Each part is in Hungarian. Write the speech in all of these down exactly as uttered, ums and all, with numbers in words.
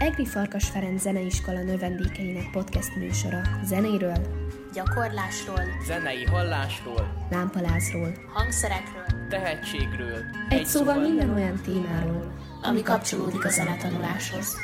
Egri Farkas Ferenc Zeneiskola növendékeinek podcast műsora zenéről, gyakorlásról, zenei hallásról, lámpalázról, hangszerekről, tehetségről, egy, egy szóval minden olyan témáról, ami kapcsolódik a zenetanuláshoz.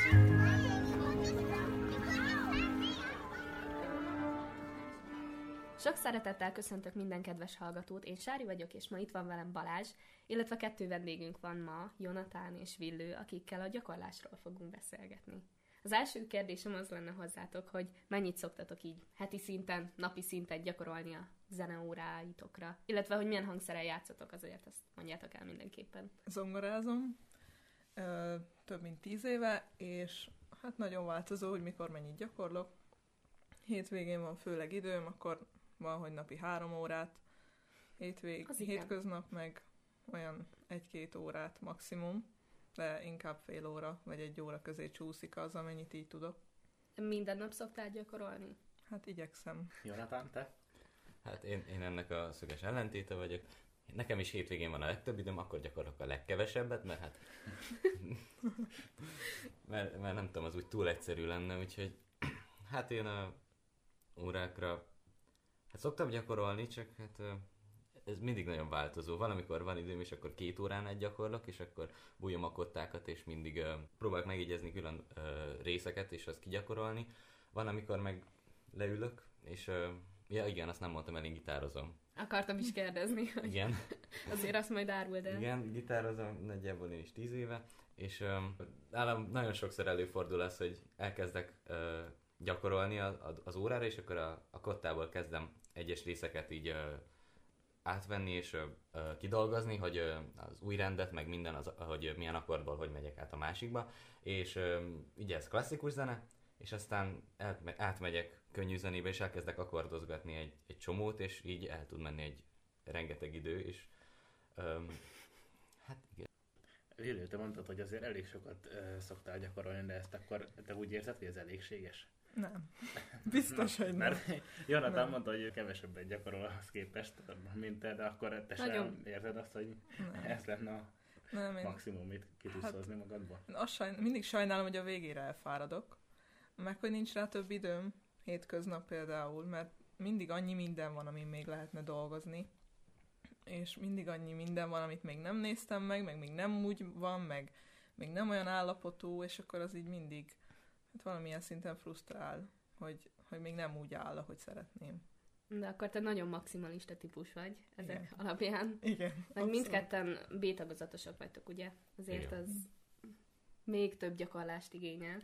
Sok szeretettel köszöntök minden kedves hallgatót, én Sári vagyok, és ma itt van velem Balázs, illetve kettő vendégünk van ma, Jonatán és Villő, akikkel a gyakorlásról fogunk beszélgetni. Az első kérdésem az lenne hozzátok, hogy mennyit szoktatok így heti szinten, napi szinten gyakorolni a zeneóráitokra, illetve hogy milyen hangszerrel játszotok, azért ezt mondjátok el mindenképpen. Zongorázom ö, több mint tíz éve, és hát nagyon változó, hogy mikor mennyit gyakorlok. Hétvégén van főleg időm, akkor van, hogy napi három órát, hétvég, hétköznap meg olyan egy-két órát maximum, de inkább fél óra vagy egy óra közé csúszik az, amennyit így tudok. Minden nap szoktál gyakorolni? Hát igyekszem. Jonatán, te? Hát én, én ennek a szöges ellentéte vagyok. Nekem is hétvégén van a legtöbb időm, akkor gyakorlok a legkevesebbet, mert hát... mert, mert nem tudom, az úgy túl egyszerű lenne, úgyhogy... Hát én a órákra... Hát szoktam gyakorolni, csak hát ez mindig nagyon változó. Valamikor van időm, és akkor két órán át gyakorlok, és akkor bújom a kottákat, és mindig uh, próbálok megjegyezni külön uh, részeket, és azt kigyakorolni. Van, amikor meg leülök, és uh, ja igen, azt nem mondtam el, én gitározom. Akartam is kérdezni, hogy igen. Azért azt majd áruld el. Igen, gitározom, nagyjából én is tíz éve, és um, nálam nagyon sokszor előfordul az, hogy elkezdek uh, gyakorolni az, az órára, és akkor a, a kottából kezdem egyes részeket így uh, átvenni és uh, kidolgozni, hogy uh, az új rendet, meg minden, az, hogy uh, milyen akkordból hogy megyek át a másikba, és uh, ugye ez klasszikus zene, és aztán el, átmegyek könnyű zenébe, és elkezdek akkordozgatni egy, egy csomót, és így el tud menni egy rengeteg idő, és um, hát igen. Lillő, te mondtad, hogy azért elég sokat uh, szoktál gyakorolni, de ezt akkor te úgy érzed, hogy ez elégséges? Nem. Biztos, hogy nem. Mert Jonatán mondta, hogy ő kevesebbet gyakorol ahhoz képest, mint te, de akkor te sem érzed azt, hogy nem. Ez lenne a nem, én... maximum, mit ki tudsz hát, hozni magadból? Azt sajn... mindig sajnálom, hogy a végére elfáradok, meg hogy nincs rá több időm, hétköznap például, mert mindig annyi minden van, amin még lehetne dolgozni, és mindig annyi minden van, amit még nem néztem meg, meg még nem úgy van, meg még nem olyan állapotú, és akkor az így mindig hát valamilyen szinten frusztrál, hogy, hogy még nem úgy áll, ahogy szeretném. De akkor te nagyon maximalista típus vagy ezek igen. alapján. Igen. Meg mindketten B-tagozatosak vagytok, ugye? Azért igen. Az még több gyakorlást igényel.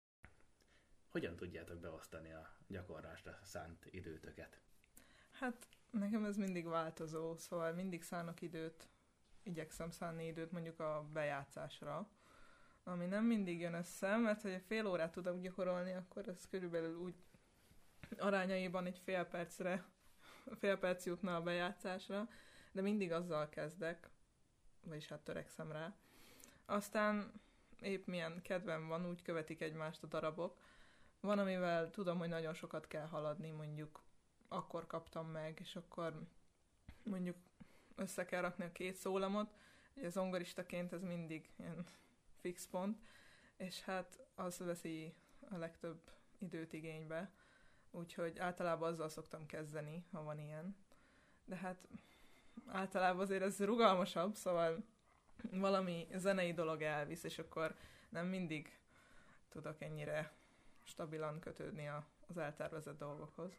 Hogyan tudjátok beosztani a gyakorlásra szánt időtöket? Hát nekem ez mindig változó, szóval mindig szánok időt, igyekszem szánni időt mondjuk a bejátszásra, ami nem mindig jön össze, mert ha fél órát tudok gyakorolni, akkor ez körülbelül úgy arányaiban egy fél percre, fél perc jutna a bejátszásra, de mindig azzal kezdek, vagyis hát törekszem rá. Aztán épp milyen kedvem van, úgy követik egymást a darabok. Van, amivel tudom, hogy nagyon sokat kell haladni, mondjuk akkor kaptam meg, és akkor mondjuk össze kell rakni a két szólamot. Ugye zongoristaként ez mindig ilyen fix pont, és hát az veszi a legtöbb időt igénybe, úgyhogy általában azzal szoktam kezdeni, ha van ilyen. De hát általában azért ez rugalmasabb, szóval valami zenei dolog elvisz, és akkor nem mindig tudok ennyire stabilan kötődni a, az eltervezett dolgokhoz.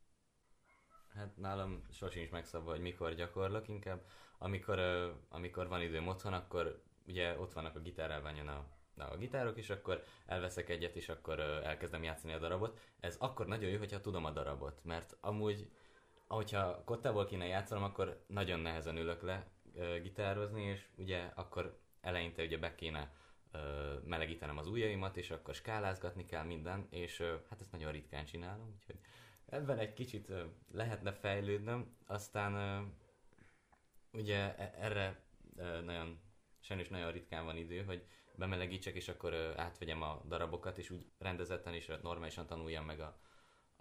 Hát nálam sosincs megszabva, hogy mikor gyakorlok, inkább amikor, uh, amikor van időm otthon, akkor ugye ott vannak a gitárelványon a, a gitárok, és akkor elveszek egyet, és akkor uh, elkezdem játszani a darabot. Ez akkor nagyon jó, hogyha tudom a darabot, mert amúgy, ahogyha kottából kéne játszanom, akkor nagyon nehezen ülök le uh, gitározni, és ugye akkor eleinte ugye be kéne uh, melegítenem az ujjaimat, és akkor skálázgatni kell minden, és uh, hát ezt nagyon ritkán csinálom, úgyhogy ebben egy kicsit uh, lehetne fejlődnöm, aztán uh, ugye erre uh, nagyon, sajnos nagyon ritkán van idő, hogy bemelegítsek, és akkor uh, átvegyem a darabokat, és úgy rendezetten és normálisan tanuljam meg a,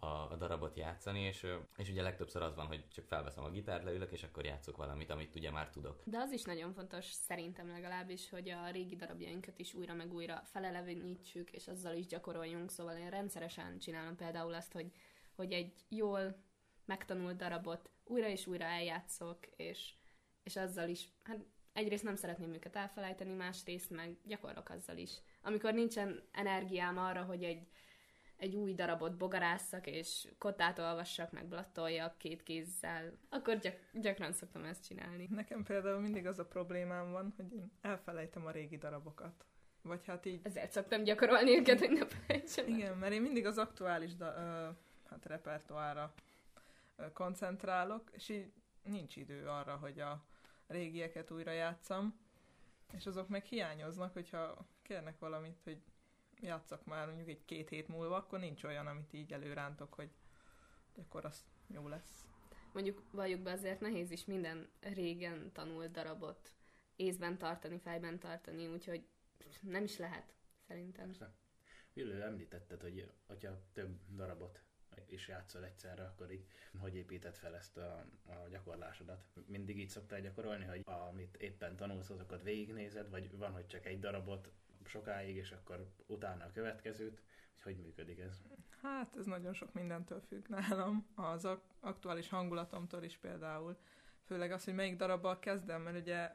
a, a darabot játszani, és, és ugye legtöbbször az van, hogy csak felveszem a gitárt, leülök, és akkor játszok valamit, amit ugye már tudok. De az is nagyon fontos, szerintem legalábbis, hogy a régi darabjainkat is újra meg újra felelevenítsük, és azzal is gyakoroljunk, szóval én rendszeresen csinálom például azt, hogy, hogy egy jól megtanult darabot újra és újra eljátszok, és, és azzal is, hát egyrészt nem szeretném őket elfelejteni, másrészt meg gyakorlok azzal is. Amikor nincsen energiám arra, hogy egy, egy új darabot bogarásszak, és kottát olvassak, meg blattoljak két kézzel, akkor gyak, gyakran szoktam ezt csinálni. Nekem például mindig az a problémám van, hogy én elfelejtem a régi darabokat. Vagy hát így... Ezért szoktam gyakorolni őket, hogy ne felejtsem. Igen, mert én mindig az aktuális da, ö, hát repertoárra ö, koncentrálok, és így nincs idő arra, hogy a régieket újra játszam, és azok meg hiányoznak, hogyha kérnek valamit, hogy játszak már mondjuk egy két hét múlva, akkor nincs olyan, amit így előrántok, hogy akkor az jó lesz. Mondjuk valljuk be, azért nehéz is minden régen tanult darabot észben tartani, fejben tartani, úgyhogy nem is lehet, szerintem. Villő, említetted, hogy hogyha több darabot is játszol egyszerre, akkor így hogy építed fel ezt a, a gyakorlásodat? Mindig így szoktál gyakorolni, hogy amit éppen tanulsz, azokat végignézed, vagy van, hogy csak egy darabot sokáig, és akkor utána a következőt, hogy hogy működik ez? Hát ez nagyon sok mindentől függ nálam, az aktuális hangulatomtól is például. Főleg az, hogy melyik darabbal kezdem, mert ugye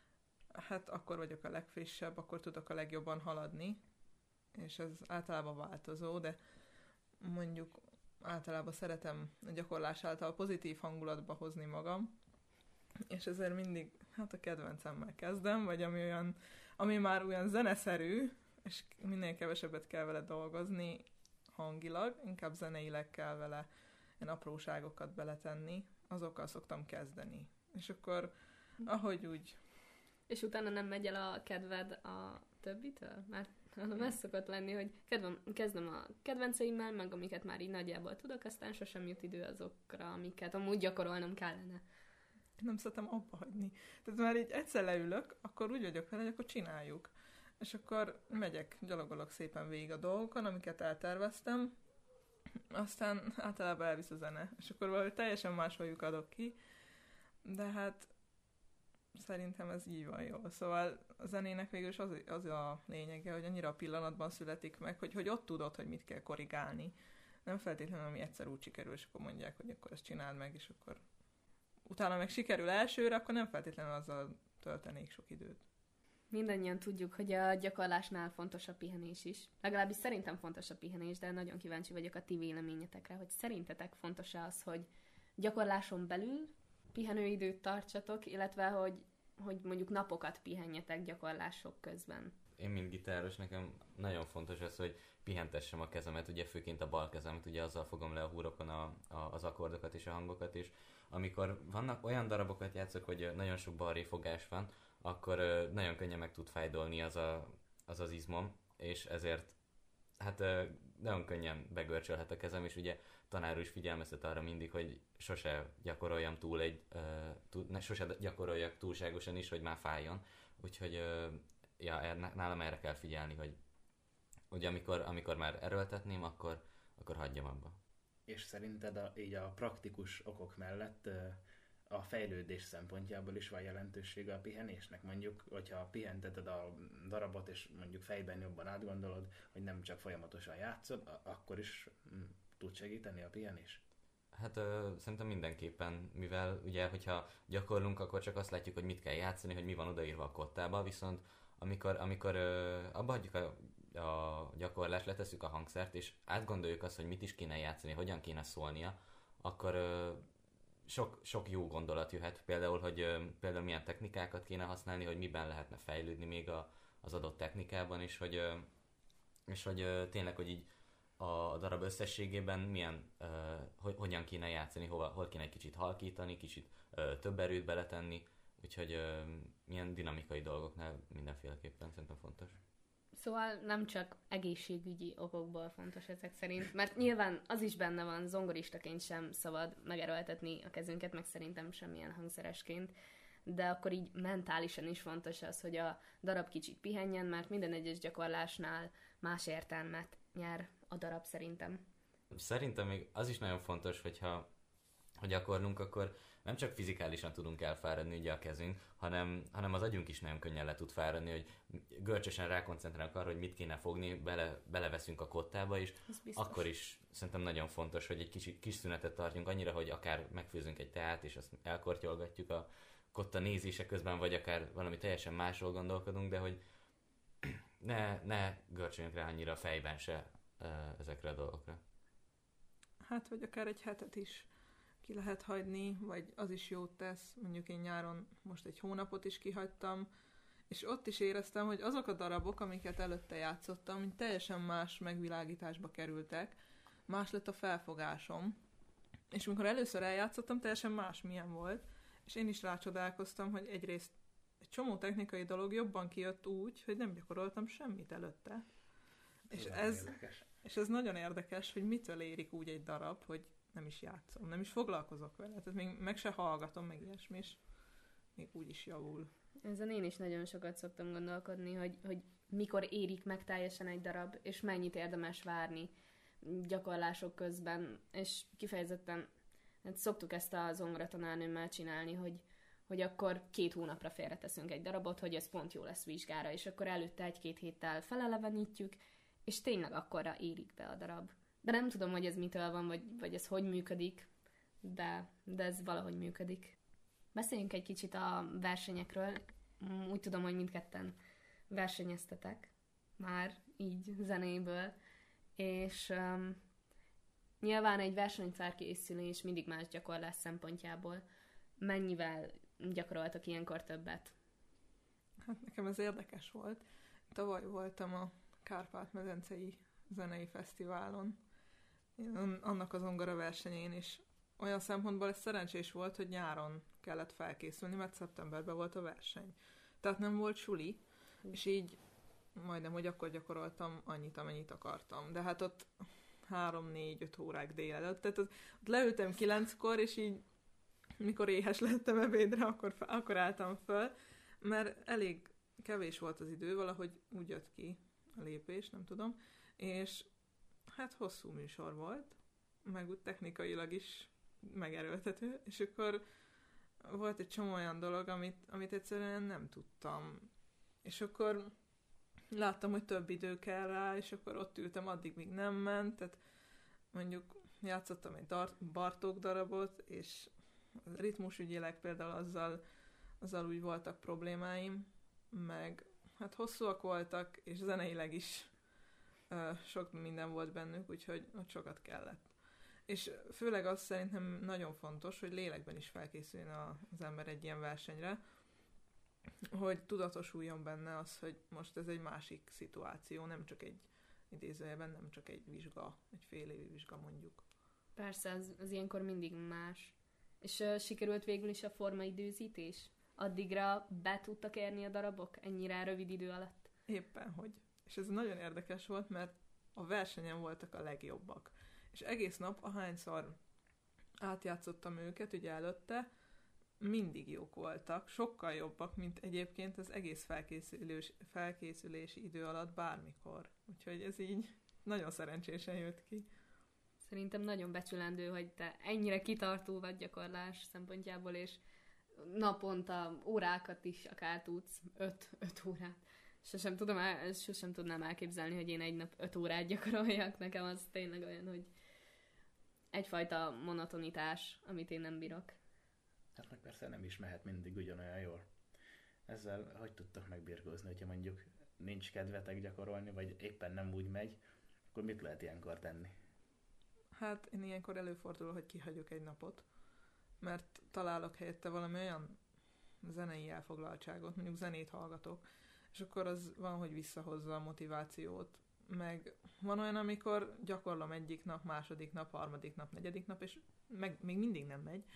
hát akkor vagyok a legfrissebb, akkor tudok a legjobban haladni, és ez általában változó, de mondjuk általában szeretem a gyakorlás által pozitív hangulatba hozni magam, és ezért mindig hát a kedvencemmel kezdem, vagy ami, olyan, ami már olyan zeneszerű, és minél kevesebbet kell vele dolgozni hangilag, inkább zeneileg kell vele ilyen apróságokat beletenni, azokkal szoktam kezdeni. És akkor ahogy úgy... És utána nem megy el a kedved a többitől? Mert ez szokott lenni, hogy kedvem, kezdem a kedvenceimmel, meg amiket már így nagyjából tudok, aztán sosem jut idő azokra, amiket amúgy gyakorolnom kellene. Nem szeretem abba hagyni. Tehát már így egyszer leülök, akkor úgy vagyok vele, hogy akkor csináljuk. És akkor megyek, gyalogolok szépen végig a dolgokon, amiket elterveztem, aztán általában elvisz a zene. És akkor valahogy teljesen máshol lyukadok ki, de hát szerintem ez így van jól. Szóval a zenének végül is az, az a lényege, hogy annyira a pillanatban születik meg, hogy, hogy ott tudod, hogy mit kell korrigálni. Nem feltétlenül, ami egyszer úgy sikerül, és akkor mondják, hogy akkor ezt csináld meg, és akkor utána meg sikerül elsőre, akkor nem feltétlenül azzal töltenék sok időt. Mindannyian tudjuk, hogy a gyakorlásnál fontos a pihenés is. Legalábbis szerintem fontos a pihenés, de nagyon kíváncsi vagyok a ti véleményetekre, hogy szerintetek fontos-e az, hogy gyakorláson belül pihenőidőt tartsatok, illetve hogy, hogy mondjuk napokat pihenjetek gyakorlások közben. Én, mint gitáros, nekem nagyon fontos az, hogy pihentessem a kezemet, ugye főként a bal kezemet, ugye azzal fogom le a húrokon a, a, az akkordokat és a hangokat, és amikor vannak olyan darabokat játszok, hogy nagyon sok balré fogás van, akkor nagyon könnyen meg tud fájdolni az a, az, az izmom, és ezért hát nagyon könnyen begörcsölhet a kezem, és ugye tanár is figyelmeztet arra mindig, hogy sose gyakoroljam túl egy, uh, túl, ne, sose gyakoroljak túlságosan is, hogy már fájjon. Úgyhogy uh, ja, er, nálam erre kell figyelni, hogy ugye amikor, amikor már erőltetném, akkor, akkor hagyjam abba. És szerinted a, így a praktikus okok mellett uh, a fejlődés szempontjából is van jelentősége a pihenésnek? Mondjuk, hogyha pihenteted a darabot, és mondjuk fejben jobban átgondolod, hogy nem csak folyamatosan játszod, akkor is mm, tud segíteni a pihenés? Hát ö, szerintem mindenképpen, mivel ugye, hogyha gyakorlunk, akkor csak azt látjuk, hogy mit kell játszani, hogy mi van odaírva a kottába, viszont amikor, amikor ö, abba hagyjuk a, a gyakorlást, letesszük a hangszert, és átgondoljuk azt, hogy mit is kéne játszani, hogyan kéne szólnia, akkor ö, sok, sok jó gondolat jöhet, például, hogy ö, például milyen technikákat kéne használni, hogy miben lehetne fejlődni még a, az adott technikában, és hogy, ö, és hogy ö, tényleg, hogy így a darab összességében milyen, uh, hogy, hogyan kéne játszani, hova, hol kéne egy kicsit halkítani, kicsit uh, több erőt beletenni, úgyhogy uh, milyen dinamikai dolgoknál mindenféleképpen szerintem fontos. Szóval nem csak egészségügyi okokból fontos ezek szerint, mert nyilván az is benne van, zongoristaként sem szabad megerőltetni a kezünket, meg szerintem semmilyen hangszeresként, de akkor így mentálisan is fontos az, hogy a darab kicsit pihenjen, mert minden egyes gyakorlásnál más értelmet nyer a darab szerintem. Szerintem még az is nagyon fontos, hogyha ha gyakorlunk, akkor nem csak fizikálisan tudunk elfáradni ugye a kezünk, hanem, hanem az agyunk is nagyon könnyen le tud fáradni, hogy görcsösen rákoncentrálunk arra, hogy mit kéne fogni, bele, beleveszünk a kottába, és akkor is szerintem nagyon fontos, hogy egy kis, kis szünetet tartjunk annyira, hogy akár megfőzünk egy teát, és azt elkortyolgatjuk a kotta nézése közben, vagy akár valami teljesen másról gondolkodunk, de hogy ne, ne görcsöljünk rá annyira a fejben se ezekre a dolgokra. Hát, vagy akár egy hetet is ki lehet hagyni, vagy az is jót tesz. Mondjuk én nyáron most egy hónapot is kihagytam, és ott is éreztem, hogy azok a darabok, amiket előtte játszottam, mint teljesen más megvilágításba kerültek, más lett a felfogásom. És amikor először eljátszottam, teljesen más milyen volt, és én is rácsodálkoztam, hogy egyrészt egy csomó technikai dolog jobban kijött úgy, hogy nem gyakoroltam semmit előtte. És ez, és ez nagyon érdekes, hogy mitől érik úgy egy darab, hogy nem is játszom, nem is foglalkozok vele. Tehát még meg se hallgatom, meg ilyesmi, és még úgy is javul. Ezen én is nagyon sokat szoktam gondolkodni, hogy, hogy mikor érik meg teljesen egy darab, és mennyit érdemes várni gyakorlások közben, és kifejezetten hát szoktuk ezt a zongoratanárnőmmel csinálni, hogy, hogy akkor két hónapra félreteszünk egy darabot, hogy ez pont jó lesz vizsgára, és akkor előtte egy-két héttel felelevenítjük, és tényleg akkorra érik be a darab. De nem tudom, hogy ez mitől van, vagy, vagy ez hogy működik, de, de ez valahogy működik. Beszéljünk egy kicsit a versenyekről. Úgy tudom, hogy mindketten versenyeztetek már így zenéből, és um, nyilván egy versenyfelkészülés mindig más gyakorlás szempontjából. Mennyivel gyakoroltak ilyenkor többet? Hát nekem ez érdekes volt. Tavaly voltam a Kárpát-medencei zenei fesztiválon, annak az zongora versenyén is. Olyan szempontból ez szerencsés volt, hogy nyáron kellett felkészülni, mert szeptemberben volt a verseny. Tehát nem volt suli, és így majdnem, hogy akkor gyakoroltam annyit, amennyit akartam. De hát ott három-négy-öt órák délelőtt, tehát ott leültem kilenckor, és így mikor éhes lettem ebédre, akkor, akkor álltam föl, mert elég kevés volt az idő, valahogy úgy jött ki a lépés, nem tudom, és hát hosszú műsor volt, meg úgy technikailag is megerőltető, és akkor volt egy csomó olyan dolog, amit, amit egyszerűen nem tudtam. És akkor láttam, hogy több idő kell rá, és akkor ott ültem, addig még nem ment, tehát mondjuk játszottam egy dar- Bartók darabot, és ritmusügyileg például azzal, azzal úgy voltak problémáim, meg hát hosszúak voltak, és zeneileg is uh, sok minden volt bennük, úgyhogy ott sokat kellett. És főleg az szerintem nagyon fontos, hogy lélekben is felkészüljön az ember egy ilyen versenyre, hogy tudatosuljon benne az, hogy most ez egy másik szituáció, nem csak egy idézőjelben, nem csak egy vizsga, egy fél évi vizsga mondjuk. Persze, az, az ilyenkor mindig más. És uh, sikerült végül is a formaidőzítés? Addigra be tudtak érni a darabok ennyire rövid idő alatt? Éppen, hogy. És ez nagyon érdekes volt, mert a versenyen voltak a legjobbak. És egész nap, ahányszor átjátszottam őket, ugye előtte, mindig jók voltak, sokkal jobbak, mint egyébként az egész felkészülés, felkészülési idő alatt bármikor. Úgyhogy ez így nagyon szerencsésen jött ki. Szerintem nagyon becsülendő, hogy te ennyire kitartó vagy gyakorlás szempontjából, és naponta órákat is akár tudsz, öt, öt órát. Sosem, tudom el, sosem tudnám elképzelni, hogy én egy nap öt órát gyakoroljak. Nekem az tényleg olyan, hogy egyfajta monotonitás, amit én nem bírok. Hát meg persze nem is mehet mindig ugyanolyan jól. Ezzel hogy tudtok megbirkózni, hogyha mondjuk nincs kedvetek gyakorolni, vagy éppen nem úgy megy, akkor mit lehet ilyenkor tenni? Hát én ilyenkor előfordul, hogy kihagyok egy napot, mert találok helyette valami olyan zenei elfoglaltságot, mondjuk zenét hallgatok, és akkor az van, hogy visszahozza a motivációt. Meg van olyan, amikor gyakorlom egyik nap, második nap, harmadik nap, negyedik nap, és meg még mindig nem megy.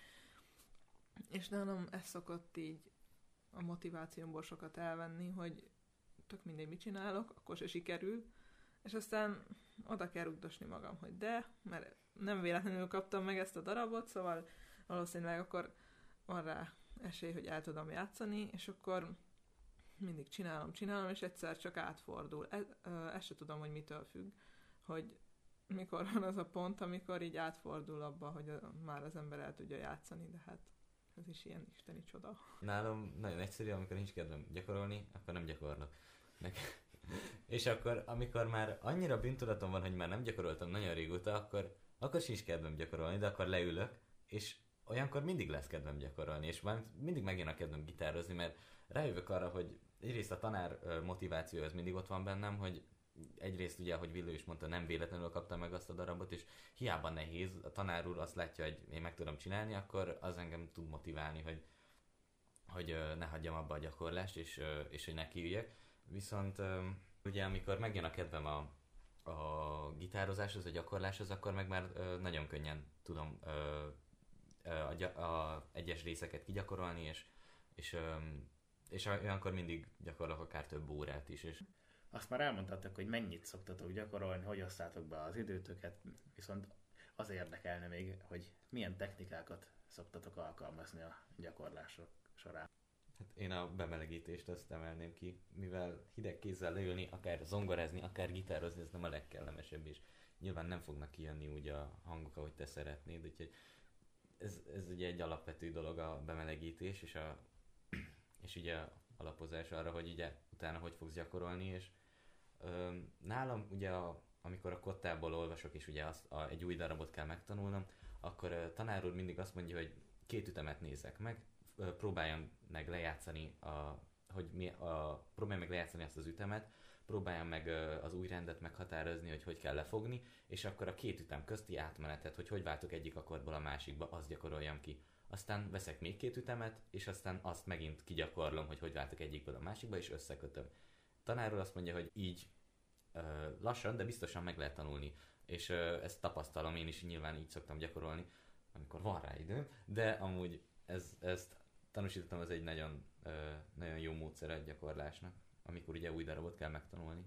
És nálam ez szokott így a motivációmból sokat elvenni, hogy tök mindegy, mit csinálok, akkor se sikerül, és aztán oda kell rugdosni magam, hogy de, mert nem véletlenül kaptam meg ezt a darabot, szóval valószínűleg akkor van rá esély, hogy el tudom játszani, és akkor mindig csinálom, csinálom, és egyszer csak átfordul. E, ezt se tudom, hogy mitől függ, hogy mikor van az a pont, amikor így átfordul abba, hogy a, már az ember el tudja játszani, de hát ez is ilyen isteni csoda. Nálam nagyon egyszerű, amikor nincs kedvem gyakorolni, akkor nem gyakorlok. Nek- és akkor, amikor már annyira bűntudatom van, hogy már nem gyakoroltam nagyon régóta, akkor, akkor sincs kedvem gyakorolni, de akkor leülök, és olyankor mindig lesz kedvem gyakorolni, és már mindig megjön a kedvem gitározni, mert rájövök arra, hogy egyrészt a tanár motiváció az mindig ott van bennem, hogy egyrészt ugye, ahogy Villő is mondta, nem véletlenül kaptam meg azt a darabot, és hiába nehéz, a tanár úr azt látja, hogy én meg tudom csinálni, akkor az engem tud motiválni, hogy, hogy ne hagyjam abba a gyakorlást, és, és hogy nekiüljek. Viszont ugye, amikor megjön a kedvem a, a gitározáshoz, a gyakorláshoz, akkor meg már nagyon könnyen tudom a, a egyes részeket kigyakorolni, és, és, és olyankor mindig gyakorlok akár több órát is. És azt már elmondtátok, hogy mennyit szoktatok gyakorolni, hogy osztátok be az időtöket, viszont az érdekelne még, hogy milyen technikákat szoktatok alkalmazni a gyakorlások során. Hát én a bemelegítést azt emelném ki, mivel hideg kézzel leülni, akár zongorázni, akár gitározni, ez nem a legkellemesebb, és nyilván nem fognak kijönni úgy a hangok, ahogy te szeretnéd, úgyhogy ez, ez ugye egy alapvető dolog a bemelegítés, és, a, és ugye alapozás arra, hogy ugye utána hogy fogsz gyakorolni, és ö, nálam ugye a, amikor a kottából olvasok, és ugye azt, a, egy új darabot kell megtanulnom, akkor a tanár úr mindig azt mondja, hogy két ütemet nézek meg, próbáljam meg lejátszani, a, hogy mi, a, próbáljam meg lejátszani azt az ütemet, próbáljam meg az új rendet meghatározni, hogy hogy kell lefogni, és akkor a két ütem közti átmenetet, hogy hogy váltok egyik akkordból a másikba, azt gyakoroljam ki. Aztán veszek még két ütemet, és aztán azt megint kigyakorlom, hogy hogy váltok egyikből a másikba, és összekötöm. Tanár úr azt mondja, hogy így ö, lassan, de biztosan meg lehet tanulni, és ö, ezt tapasztalom, én is nyilván így szoktam gyakorolni, amikor van rá időm, de amúgy ez, ezt tanúsítottam, az egy nagyon, ö, nagyon jó módszer a gyakorlásnak, amikor ugye új darabot kell megtanulni.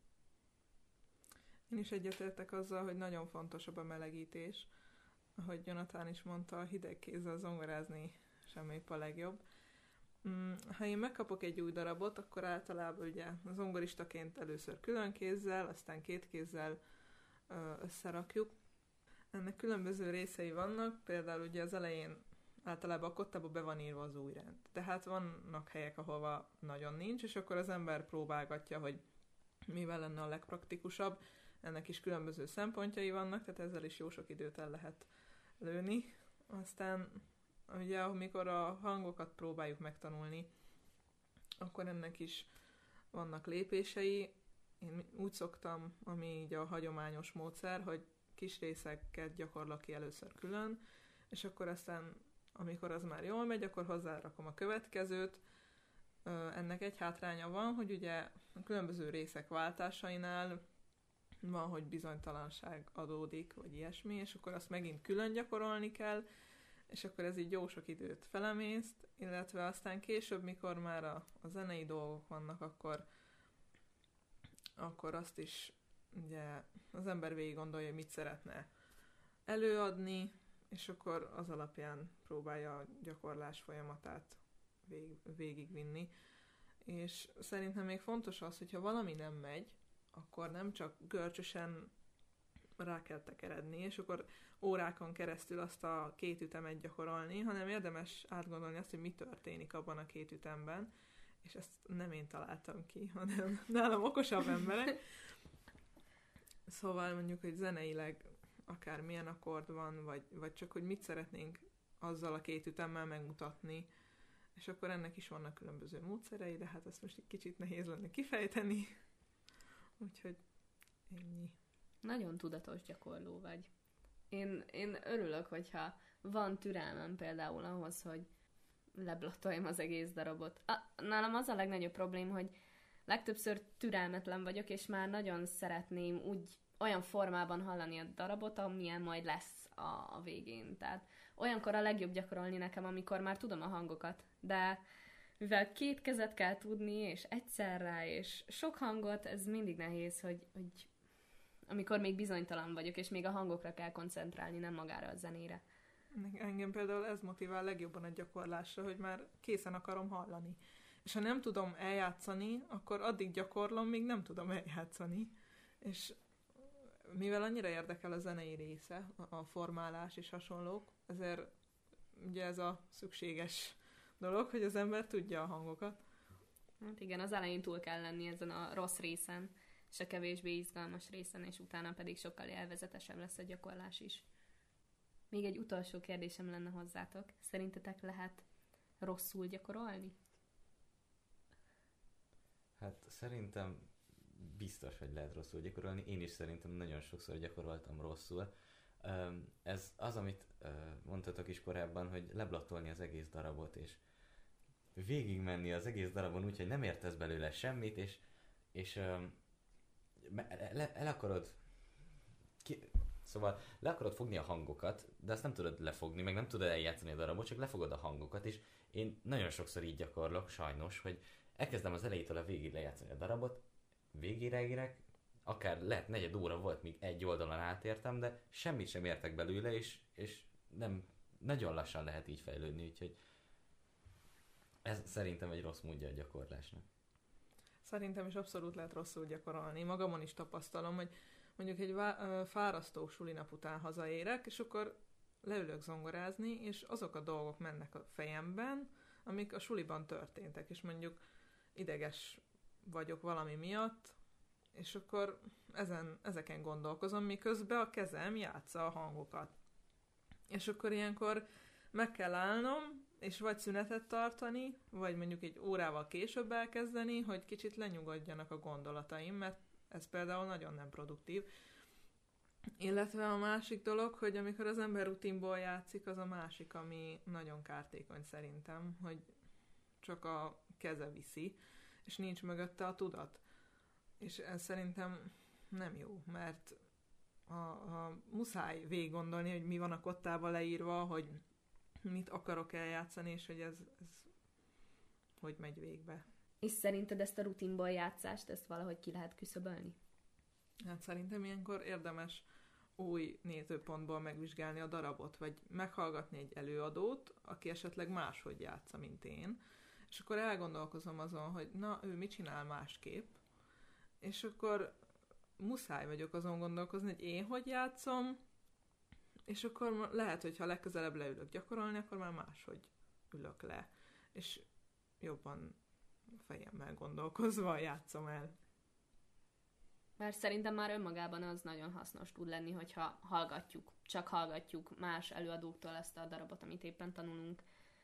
Én is egyetértek azzal, hogy nagyon fontos a bemelegítés. Ahogy Jonathan is mondta, hideg kézzel zongorázni sem épp a legjobb. Ha én megkapok egy új darabot, akkor általában ugye zongoristaként először külön kézzel, aztán két kézzel összerakjuk. Ennek különböző részei vannak, például ugye az elején általában a kottába be van írva az új rend. Tehát vannak helyek, ahova nagyon nincs, és akkor az ember próbálgatja, hogy mivel lenne a legpraktikusabb. Ennek is különböző szempontjai vannak, tehát ezzel is jó sok időt el lehet lőni. Aztán ugye, amikor a hangokat próbáljuk megtanulni, akkor ennek is vannak lépései. Én úgy szoktam, ami így a hagyományos módszer, hogy kis részeket gyakorlak ki először külön, és akkor aztán, amikor az már jól megy, akkor hozzárakom a következőt. Ennek egy hátránya van, hogy ugye a különböző részek váltásainál van, hogy bizonytalanság adódik, vagy ilyesmi, és akkor azt megint külön gyakorolni kell, és akkor ez így jó sok időt felemészt, illetve aztán később, mikor már a, a zenei dolgok vannak, akkor, akkor azt is ugye az ember végig gondolja, hogy mit szeretne előadni, és akkor az alapján próbálja a gyakorlás folyamatát vég, végigvinni. És szerintem még fontos az, hogyha valami nem megy, akkor nem csak görcsösen rá kell tekeredni, és akkor órákon keresztül azt a két ütemet gyakorolni, hanem érdemes átgondolni azt, hogy mi történik abban a két ütemben, és ezt nem én találtam ki, hanem nálam okosabb emberek. Szóval mondjuk, hogy zeneileg akár milyen akkord van, vagy, vagy csak, hogy mit szeretnénk azzal a két ütemmel megmutatni, és akkor ennek is vannak különböző módszerei, de hát ezt most egy kicsit nehéz lenne kifejteni. Úgyhogy ennyi. Nagyon tudatos gyakorló vagy. Én, én örülök, hogyha van türelmem például ahhoz, hogy leblotoljam az egész darabot. A, nálam az a legnagyobb problém, hogy legtöbbször türelmetlen vagyok, és már nagyon szeretném úgy olyan formában hallani a darabot, amilyen majd lesz a, a végén. Tehát olyankor a legjobb gyakorolni nekem, amikor már tudom a hangokat, de mivel két kezet kell tudni, és egyszerre, és sok hangot, ez mindig nehéz, hogy, hogy amikor még bizonytalan vagyok, és még a hangokra kell koncentrálni, nem magára a zenére. Engem például ez motivál legjobban a gyakorlásra, hogy már készen akarom hallani. És ha nem tudom eljátszani, akkor addig gyakorlom, míg nem tudom eljátszani. És mivel annyira érdekel a zenei része, a formálás és hasonlók, ezért ugye ez a szükséges dolog, hogy az ember tudja a hangokat. Hát igen, az elején túl kell lenni ezen a rossz részen, és a kevésbé izgalmas részen, és utána pedig sokkal élvezetesebb lesz a gyakorlás is. Még egy utolsó kérdésem lenne hozzátok. Szerintetek lehet rosszul gyakorolni? Hát szerintem biztos, hogy lehet rosszul gyakorolni. Én is szerintem nagyon sokszor gyakoroltam rosszul. Ez az, amit mondtatok is korábban, hogy leblattolni az egész darabot, és végigmenni az egész darabon úgy, hogy nem értesz belőle semmit, és, és el, el akarod ki, szóval le akarod fogni a hangokat, de azt nem tudod lefogni, meg nem tudod eljátszani a darabot, csak lefogod a hangokat, és én nagyon sokszor így gyakorlok, sajnos, hogy elkezdem az elejétől a végig lejátszani a darabot, végére érek, akár lehet negyed óra volt, míg egy oldalon átértem, de semmit sem értek belőle, és, és nem, nagyon lassan lehet így fejlődni, úgyhogy ez szerintem egy rossz módja a gyakorlásnak. Szerintem is abszolút lehet rosszul gyakorolni. Magamon is tapasztalom, hogy mondjuk egy vá- fárasztó sulinap után hazaérek, és akkor leülök zongorázni, és azok a dolgok mennek a fejemben, amik a suliban történtek, és mondjuk ideges vagyok valami miatt, és akkor ezen, ezeken gondolkozom, miközben a kezem játsza a hangokat. És akkor ilyenkor meg kell állnom, és vagy szünetet tartani, vagy mondjuk egy órával később elkezdeni, hogy kicsit lenyugodjanak a gondolataim, mert ez például nagyon nem produktív. Illetve a másik dolog, hogy amikor az ember rutinból játszik, az a másik, ami nagyon kártékony szerintem, hogy csak a keze viszi, és nincs mögötte a tudat. És ez szerintem nem jó, mert a, a muszáj végig gondolni, hogy mi van a kottában leírva, hogy mit akarok eljátszani, és hogy ez, ez hogy megy végbe. És szerinted ezt a rutinból játszást, ezt valahogy ki lehet küszöbölni? Hát szerintem ilyenkor érdemes új nézőpontból megvizsgálni a darabot, vagy meghallgatni egy előadót, aki esetleg máshogy játsza, mint én, és akkor elgondolkozom azon, hogy na, ő mit csinál másképp, és akkor muszáj vagyok azon gondolkozni, hogy én hogy játszom, és akkor lehet, hogy ha legközelebb leülök gyakorolni, akkor már máshogy ülök le, és jobban fejemmel gondolkozva játszom el. Mert szerintem már önmagában az nagyon hasznos tud lenni, hogyha hallgatjuk, csak hallgatjuk más előadóktól ezt a darabot, amit éppen tanulunk.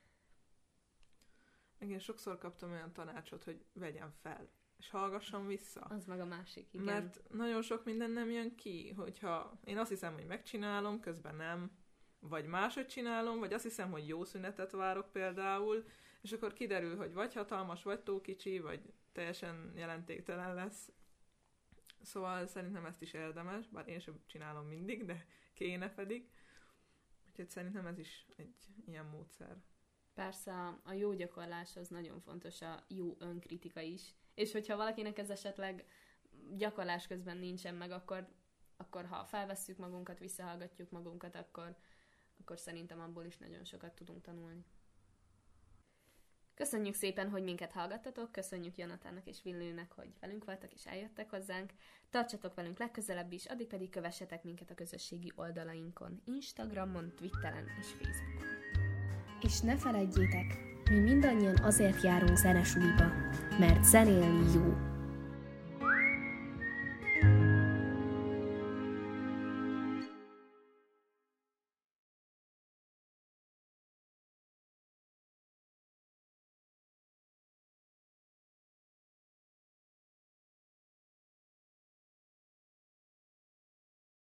Meg én sokszor kaptam olyan tanácsot, hogy vegyem fel, és hallgassam vissza. Az meg a másik, igen. Mert nagyon sok minden nem jön ki, hogyha én azt hiszem, hogy megcsinálom, közben nem, vagy máshogy csinálom, vagy azt hiszem, hogy jó szünetet várok például, és akkor kiderül, hogy vagy hatalmas, vagy túl kicsi, vagy teljesen jelentéktelen lesz. Szóval szerintem ezt is érdemes, bár én sem csinálom mindig, de kéne pedig. Úgyhogy szerintem ez is egy ilyen módszer. Persze a, a jó gyakorlás az nagyon fontos, a jó önkritika is. És hogyha valakinek ez esetleg gyakorlás közben nincsen meg, akkor, akkor ha felvesszük magunkat, visszahallgatjuk magunkat, akkor, akkor szerintem abból is nagyon sokat tudunk tanulni. Köszönjük szépen, hogy minket hallgattatok, köszönjük Jonatánnak és Villőnek, hogy velünk voltak és eljöttek hozzánk. Tartsatok velünk legközelebb is, addig pedig kövessetek minket a közösségi oldalainkon, Instagramon, Twitteren és Facebookon. És ne feledjétek, mi mindannyian azért járunk zenesuliba, mert zenélni jó.